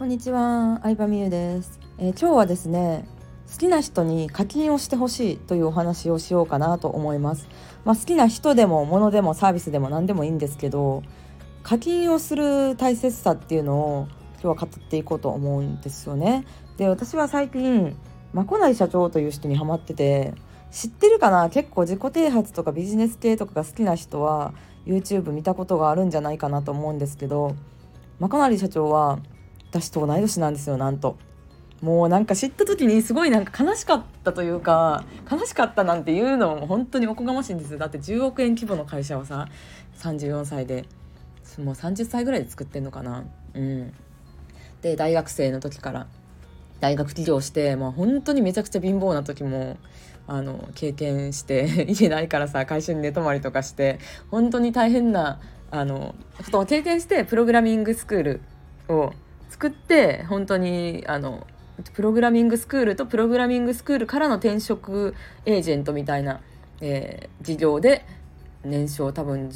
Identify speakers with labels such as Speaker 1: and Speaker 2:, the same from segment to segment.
Speaker 1: んにちは、相葉美優です。今日はですね、好きな人に課金をしてほしいというお話をしようかなと思います。好きな人でも物でもサービスでも何でもいいんですけど、課金をする大切さっていうのを今日は語っていこうと思うんですよね。で、私は最近まこなり社長という人にハマってて、知ってるかな。結構自己啓発とかビジネス系とかが好きな人は YouTube 見たことがあるんじゃないかなと思うんですけど、まこなり社長は私と同い年なんですよ。なんともう知った時にすごい悲しかったというか、悲しかったなんていうのも本当におこがましいんですよ。だって10億円規模の会社をさ、34歳でもう30歳ぐらいで作ってんのかな。で、大学生の時から大学起業して、本当にめちゃくちゃ貧乏な時も経験して家ないからさ、会社に寝泊まりとかして本当に大変なことを経験して、プログラミングスクールを作って、本当にプログラミングスクールとプログラミングスクールからの転職エージェントみたいな、事業で年商多分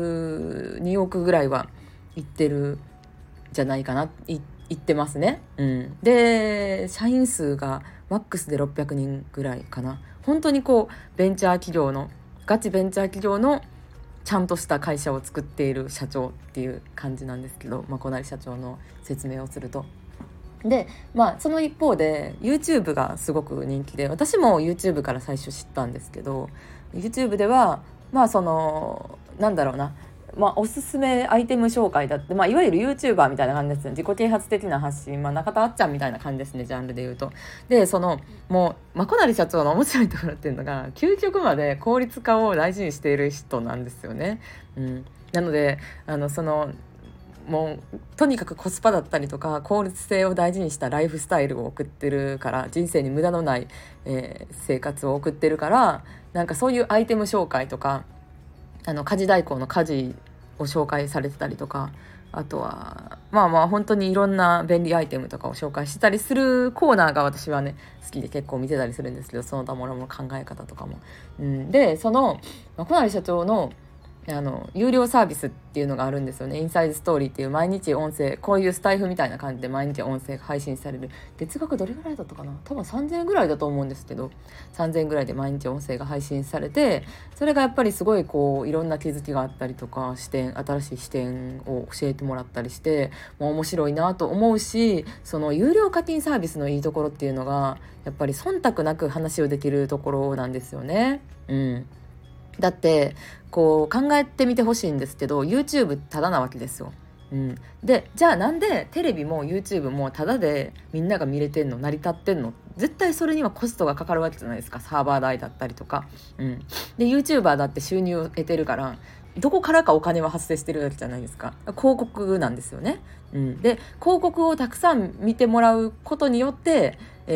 Speaker 1: 12億ぐらいはいってるじゃないかな、言ってますね。で、社員数がマックスで600人ぐらいかな。本当にベンチャー企業のガチベンチャー企業のちゃんとした会社を作っている社長っていう感じなんですけど、こなり社長の説明をすると。で、その一方で YouTube がすごく人気で、私も YouTube から最初知ったんですけど、 YouTube ではなんだろうな、おすすめアイテム紹介だって、いわゆる YouTuber みたいな感じですね。自己啓発的な発信、中田あっちゃんみたいな感じですね、ジャンルで言うと。で、もうまこなり社長の面白いところっていうのが、究極まで効率化を大事にしている人なんですよね。なのでもうとにかくコスパだったりとか効率性を大事にしたライフスタイルを送ってるから、人生に無駄のない、生活を送ってるから、そういうアイテム紹介とか、家事代行の家事を紹介されてたりとか、あとは本当にいろんな便利アイテムとかを紹介してたりするコーナーが私はね好きで結構見てたりするんですけど、その他もろもろ考え方とかも、で、まこなり社長の有料サービスっていうのがあるんですよね。インサイズストーリーっていう毎日音声、こういうスタイフみたいな感じで毎日音声が配信される。月額どれぐらいだったかな、多分3000円ぐらいだと思うんですけど、3000円ぐらいで毎日音声が配信されて、それがやっぱりすごいいろんな気づきがあったりとか、新しい視点を教えてもらったりして、面白いなと思うし、その有料課金サービスのいいところっていうのがやっぱり忖度なく話をできるところなんですよね。だって考えてみてほしいんですけど、 YouTube タダなわけですよ。で、じゃあなんでテレビも YouTube もタダでみんなが見れてんの、成り立ってんの。絶対それにはコストがかかるわけじゃないですか。サーバー代だったりとか、で YouTuber だって収入を得てるから、どこからかお金は発生してるわけじゃないですか。広告なんですよね。で、広告をたくさん見てもらうことによって、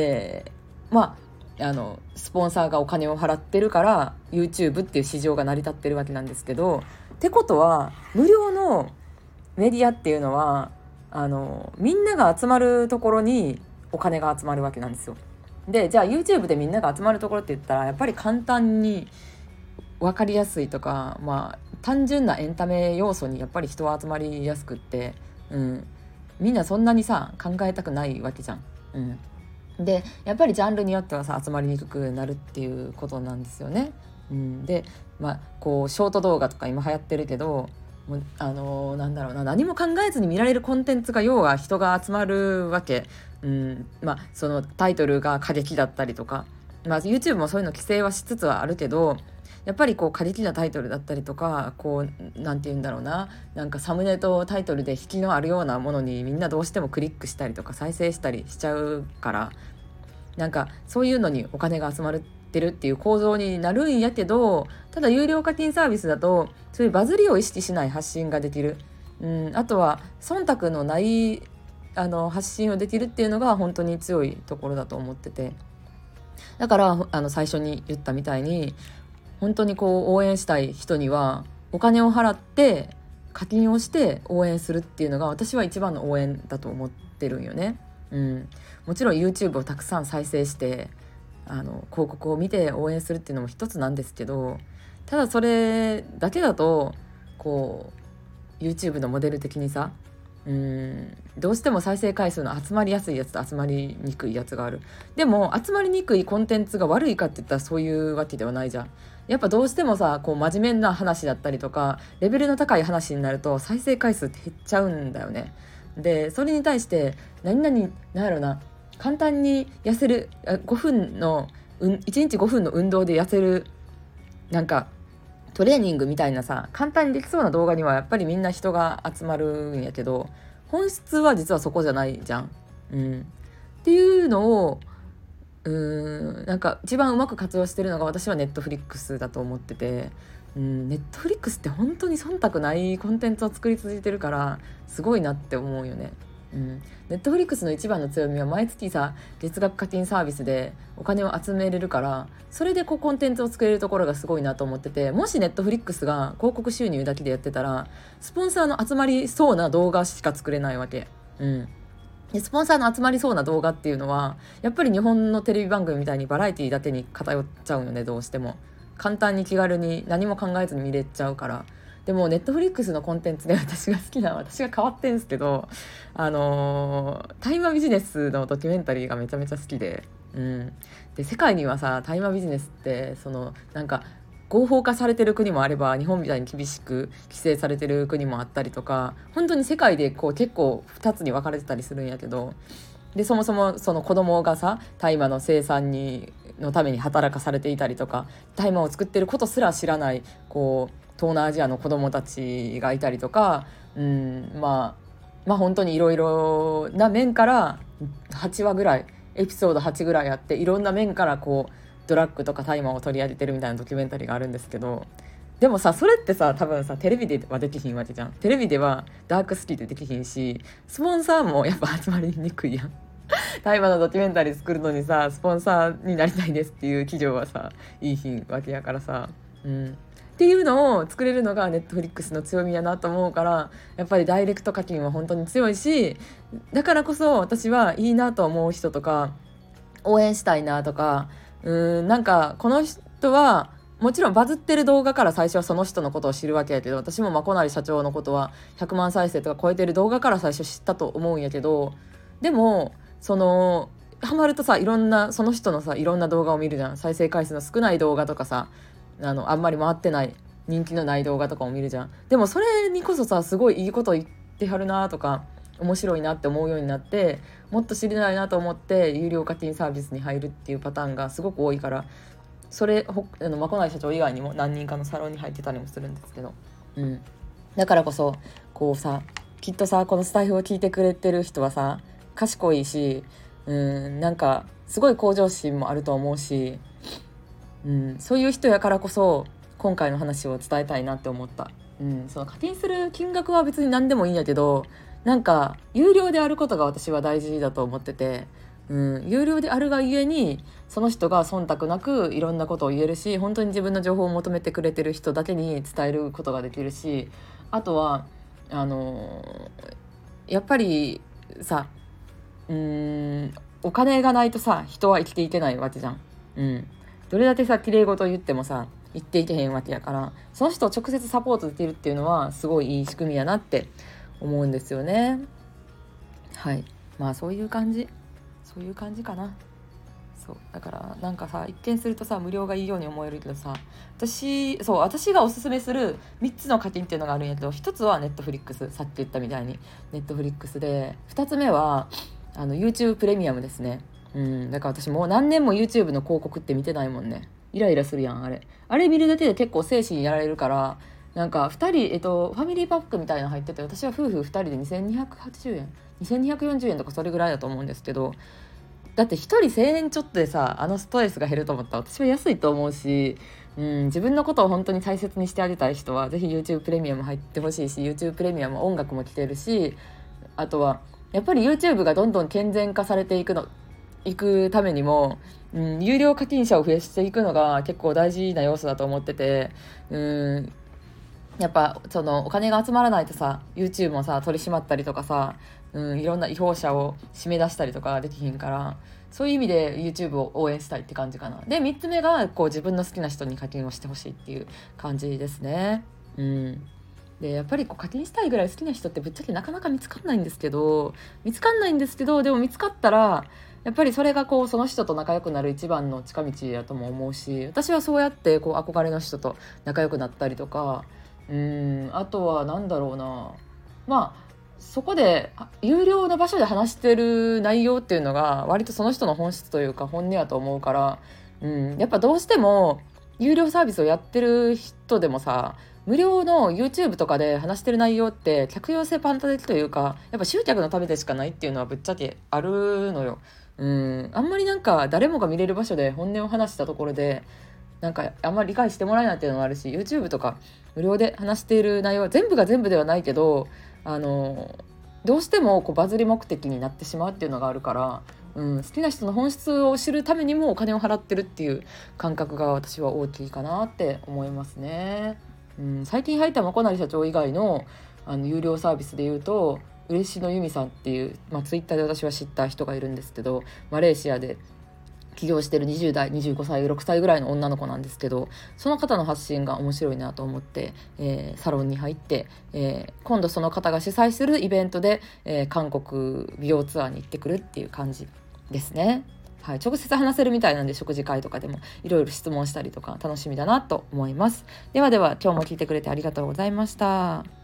Speaker 1: スポンサーがお金を払ってるから YouTube っていう市場が成り立ってるわけなんですけど、ってことは無料のメディアっていうのはみんなが集まるところにお金が集まるわけなんですよ。で、じゃあ YouTube でみんなが集まるところって言ったら、やっぱり簡単に分かりやすいとか、単純なエンタメ要素にやっぱり人は集まりやすくって、みんなそんなにさ考えたくないわけじゃん。で、やっぱりジャンルによってはさ集まりにくくなるっていうことなんですよね。で、ショート動画とか今流行ってるけど、もうなんだろうな、何も考えずに見られるコンテンツが要は人が集まるわけ。そのタイトルが過激だったりとか、YouTube もそういうの規制はしつつはあるけど、やっぱり過激なタイトルだったりとか、なんて言うんだろうな、サムネとタイトルで引きのあるようなものにみんなどうしてもクリックしたりとか再生したりしちゃうから、そういうのにお金が集まってるっていう構造になるんやけど、ただ有料課金サービスだとそういうバズりを意識しない発信ができる。あとは忖度のない発信をできるっていうのが本当に強いところだと思ってて、だから最初に言ったみたいに、本当に応援したい人にはお金を払って課金をして応援するっていうのが私は一番の応援だと思ってるんよね。もちろん YouTube をたくさん再生して広告を見て応援するっていうのも一つなんですけど、ただそれだけだとYouTube のモデル的にさ、 どうしても再生回数の集まりやすいやつと集まりにくいやつがある。でも集まりにくいコンテンツが悪いかって言ったらそういうわけではないじゃん。やっぱどうしてもさ、こう真面目な話だったりとかレベルの高い話になると再生回数って減っちゃうんだよね。でそれに対してなんやろな、簡単に痩せる5分の1日5分の運動で痩せるなんかトレーニングみたいなさ、簡単にできそうな動画にはやっぱりみんな人が集まるんやけど、本質は実はそこじゃないじゃん。っていうのをなんか一番うまく活用してるのが私はネットフリックスだと思ってて、ネットフリックスって本当に忖度ないコンテンツを作り続けてるからすごいなって思うよね。ネットフリックスの一番の強みは毎月さ月額課金サービスでお金を集めれるから、それでこうコンテンツを作れるところがすごいなと思ってて、もしネットフリックスが広告収入だけでやってたらスポンサーの集まりそうな動画しか作れないわけ。でスポンサーの集まりそうな動画っていうのはやっぱり日本のテレビ番組みたいにバラエティだけに偏っちゃうよね。どうしても簡単に気軽に何も考えずに見れちゃうから。でもネットフリックスのコンテンツで私が変わってんすけど、大麻ビジネスのドキュメンタリーがめちゃめちゃ好きで、で世界にはさ大麻ビジネスってなんか合法化されてる国もあれば日本みたいに厳しく規制されてる国もあったりとか、本当に世界でこう結構2つに分かれてたりするんやけど、でそもそもその子供がさ大麻の生産のために働かされていたりとか、大麻を作ってることすら知らないこう東南アジアの子供たちがいたりとか、まあ本当にいろいろな面から8話ぐらいエピソード8ぐらいあって、いろんな面からこうドラッグとか大麻を取り上げてるみたいなドキュメンタリーがあるんですけど、でもさそれってさ多分さテレビではできひんわけじゃん。テレビではダークスキーでできひんし、スポンサーもやっぱ集まりにくいやん。大麻のドキュメンタリー作るのにさスポンサーになりたいですっていう企業はさいいひんわけやからさ、っていうのを作れるのがネットフリックスの強みやなと思うから、やっぱりダイレクト課金は本当に強いし、だからこそ私はいいなと思う人とか応援したいなとか、なんかこの人はもちろんバズってる動画から最初はその人のことを知るわけやけど、私もまこなり社長のことは100万再生とか超えてる動画から最初知ったと思うんやけど、でもハマるとさいろんなその人のさいろんな動画を見るじゃん。再生回数の少ない動画とかさあんまり回ってない人気のない動画とかも見るじゃん。でもそれにこそさすごいいいこと言ってはるなとか面白いなって思うようになって、もっと知りたいなと思って有料課金サービスに入るっていうパターンがすごく多いから、それまこない社長以外にも何人かのサロンに入ってたりもするんですけど、だからこそこうさきっとさこのスタイフを聞いてくれてる人はさ賢いし、なんかすごい向上心もあると思うし、そういう人やからこそ今回の話を伝えたいなって思った。その課金する金額は別に何でもいいんやけど、なんか有料であることが私は大事だと思ってて、有料であるがゆえにその人が忖度なくいろんなことを言えるし、本当に自分の情報を求めてくれてる人だけに伝えることができるし、あとはやっぱりさお金がないとさ人は生きていけないわけじゃん。どれだけさ綺麗事言ってもさ言っていけへんわけやから、その人を直接サポートできるっていうのはすごいいい仕組みやなって思うんですよね。はい、まあそういう感じかな。そうだからなんかさ一見するとさ無料がいいように思えるけどさ、私がおすすめする3つの課金っていうのがあるんやけど、1つはネットフリックス、さっき言ったみたいにネットフリックスで、2つ目はYouTube プレミアムですね。だから私もう何年も YouTube の広告って見てないもんね。イライラするやんあれ見るだけで結構精神やられるから、なんか2人、ファミリーパックみたいなの入ってて、私は夫婦2人で2280円2240円とかそれぐらいだと思うんですけど、だって1人1000円ちょっとでさストレスが減ると思ったら私は安いと思うし、自分のことを本当に大切にしてあげたい人はぜひ YouTube プレミアム入ってほしいし、 YouTube プレミアムは音楽も聴けるし、あとはやっぱり YouTube がどんどん健全化されていくためにも、有料課金者を増やしていくのが結構大事な要素だと思ってて、やっぱお金が集まらないとさ YouTube もさ取り締まったりとかさ、いろんな違法者を締め出したりとかできひんから、そういう意味で YouTube を応援したいって感じかな。で3つ目がこう自分の好きな人に課金をしてほしいっていう感じですね。 でやっぱりこう課金したいぐらい好きな人ってぶっちゃけなかなか見つかんないんですけどでも見つかったらやっぱりそれがこうその人と仲良くなる一番の近道だとも思うし、私はそうやってこう憧れの人と仲良くなったりとか、あとはなんだろうな、まあそこで有料の場所で話してる内容っていうのが割とその人の本質というか本音やと思うから、やっぱどうしても有料サービスをやってる人でもさ、無料の YouTube とかで話してる内容って客寄せパンタ的というか、やっぱ集客のためでしかないっていうのはぶっちゃけあるのよ。あんまりなんか誰もが見れる場所で本音を話したところでなんかあんまり理解してもらえないっていうのもあるし、 YouTube とか無料で話している内容は全部が全部ではないけど、どうしてもこうバズり目的になってしまうっていうのがあるから、好きな人の本質を知るためにもお金を払ってるっていう感覚が私は大きいかなって思いますね。最近入ったまこなり社長以外の有料サービスで言うと、嬉野由美さんっていう、ツイッターで私は知った人がいるんですけど、マレーシアで起業してる20代25歳6歳ぐらいの女の子なんですけど、その方の発信が面白いなと思って、サロンに入って、今度その方が主催するイベントで、韓国美容ツアーに行ってくるっていう感じですね。はい、直接話せるみたいなんで、食事会とかでもいろいろ質問したりとか楽しみだなと思います。ではでは、今日も聞いてくれてありがとうございました。